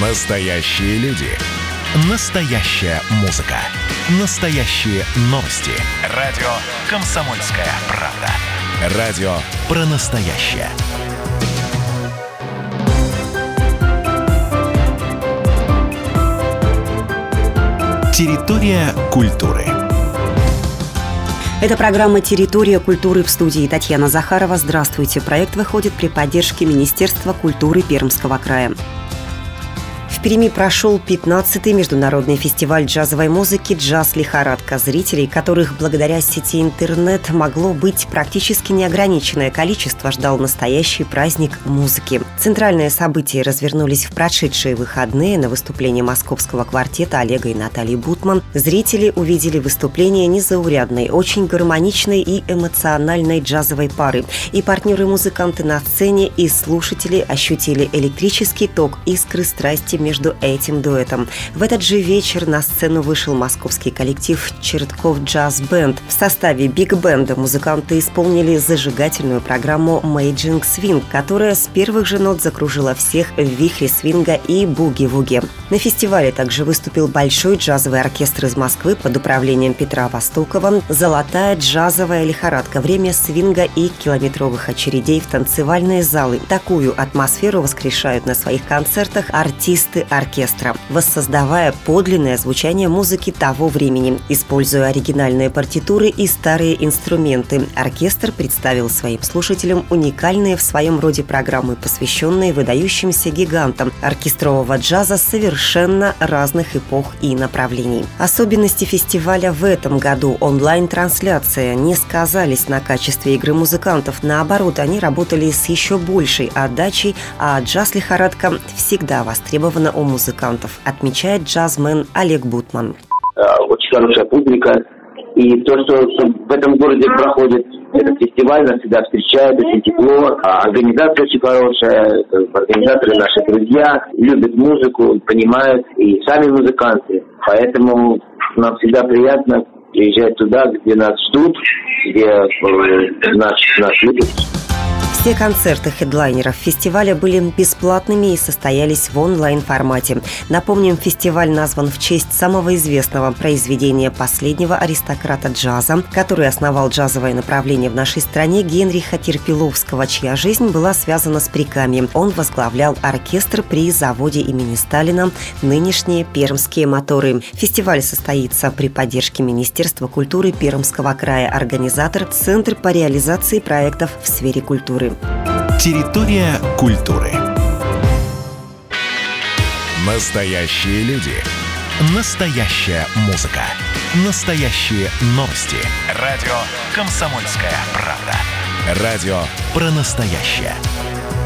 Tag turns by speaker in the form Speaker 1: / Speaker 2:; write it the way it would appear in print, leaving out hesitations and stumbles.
Speaker 1: Настоящие люди. Настоящая музыка. Настоящие новости. Радио «Комсомольская правда». Радио про настоящее. Территория культуры.
Speaker 2: Это программа «Территория культуры», в студии Татьяна Захарова. Здравствуйте. Проект выходит при поддержке Министерства культуры Пермского края. В Перми прошел 15-й международный фестиваль джазовой музыки «Джаз-лихорадка», зрителей которых благодаря сети интернет могло быть практически неограниченное количество, ждал настоящий праздник музыки. Центральные события развернулись в прошедшие выходные. На выступлении московского квартета Олега и Натальи Бутман зрители увидели выступление незаурядной, очень гармоничной и эмоциональной джазовой пары. И партнеры-музыканты на сцене, и слушатели ощутили электрический ток, искры страсти между этим дуэтом. В этот же вечер на сцену вышел московский коллектив «Чертков Джаз Бенд». В составе биг-бенда музыканты исполнили зажигательную программу «Мэйджинг Свинг», которая с первых же нот закружила всех в вихре свинга и буги-вуги. На фестивале также выступил большой джазовый оркестр из Москвы под управлением Петра Востокова. «Золотая джазовая лихорадка. Время свинга и километровых очередей в танцевальные залы». Такую атмосферу воскрешают на своих концертах артисты оркестра, воссоздавая подлинное звучание музыки того времени. Используя оригинальные партитуры и старые инструменты, оркестр представил своим слушателям уникальные в своем роде программы, посвященные выдающимся гигантам оркестрового джаза совершенно разных эпох и направлений. Особенности фестиваля в этом году: онлайн-трансляция, не сказались на качестве игры музыкантов. Наоборот, они работали с еще большей отдачей, а джаз-лихорадка всегда востребована у музыкантов, отмечает джазмен Олег Бутман.
Speaker 3: Очень хорошая публика. И то, что в этом городе проходит этот фестиваль, нас всегда встречают, очень тепло. Организация очень хорошая, организаторы наши друзья, любят музыку, понимают, и сами музыканты. Поэтому нам всегда приятно приезжать туда, где нас ждут, где нас любят.
Speaker 2: Все концерты хедлайнеров фестиваля были бесплатными и состоялись в онлайн-формате. Напомним, фестиваль назван в честь самого известного произведения последнего аристократа джаза, который основал джазовое направление в нашей стране, Генриха Терпиловского, чья жизнь была связана с париками. Он возглавлял оркестр при заводе имени Сталина, нынешние пермские моторы. Фестиваль состоится при поддержке Министерства культуры Пермского края. Организатор – Центр по реализации проектов в сфере культуры.
Speaker 1: Территория культуры. Настоящие люди. Настоящая музыка. Настоящие новости. Радио «Комсомольская правда». Радио про настоящее.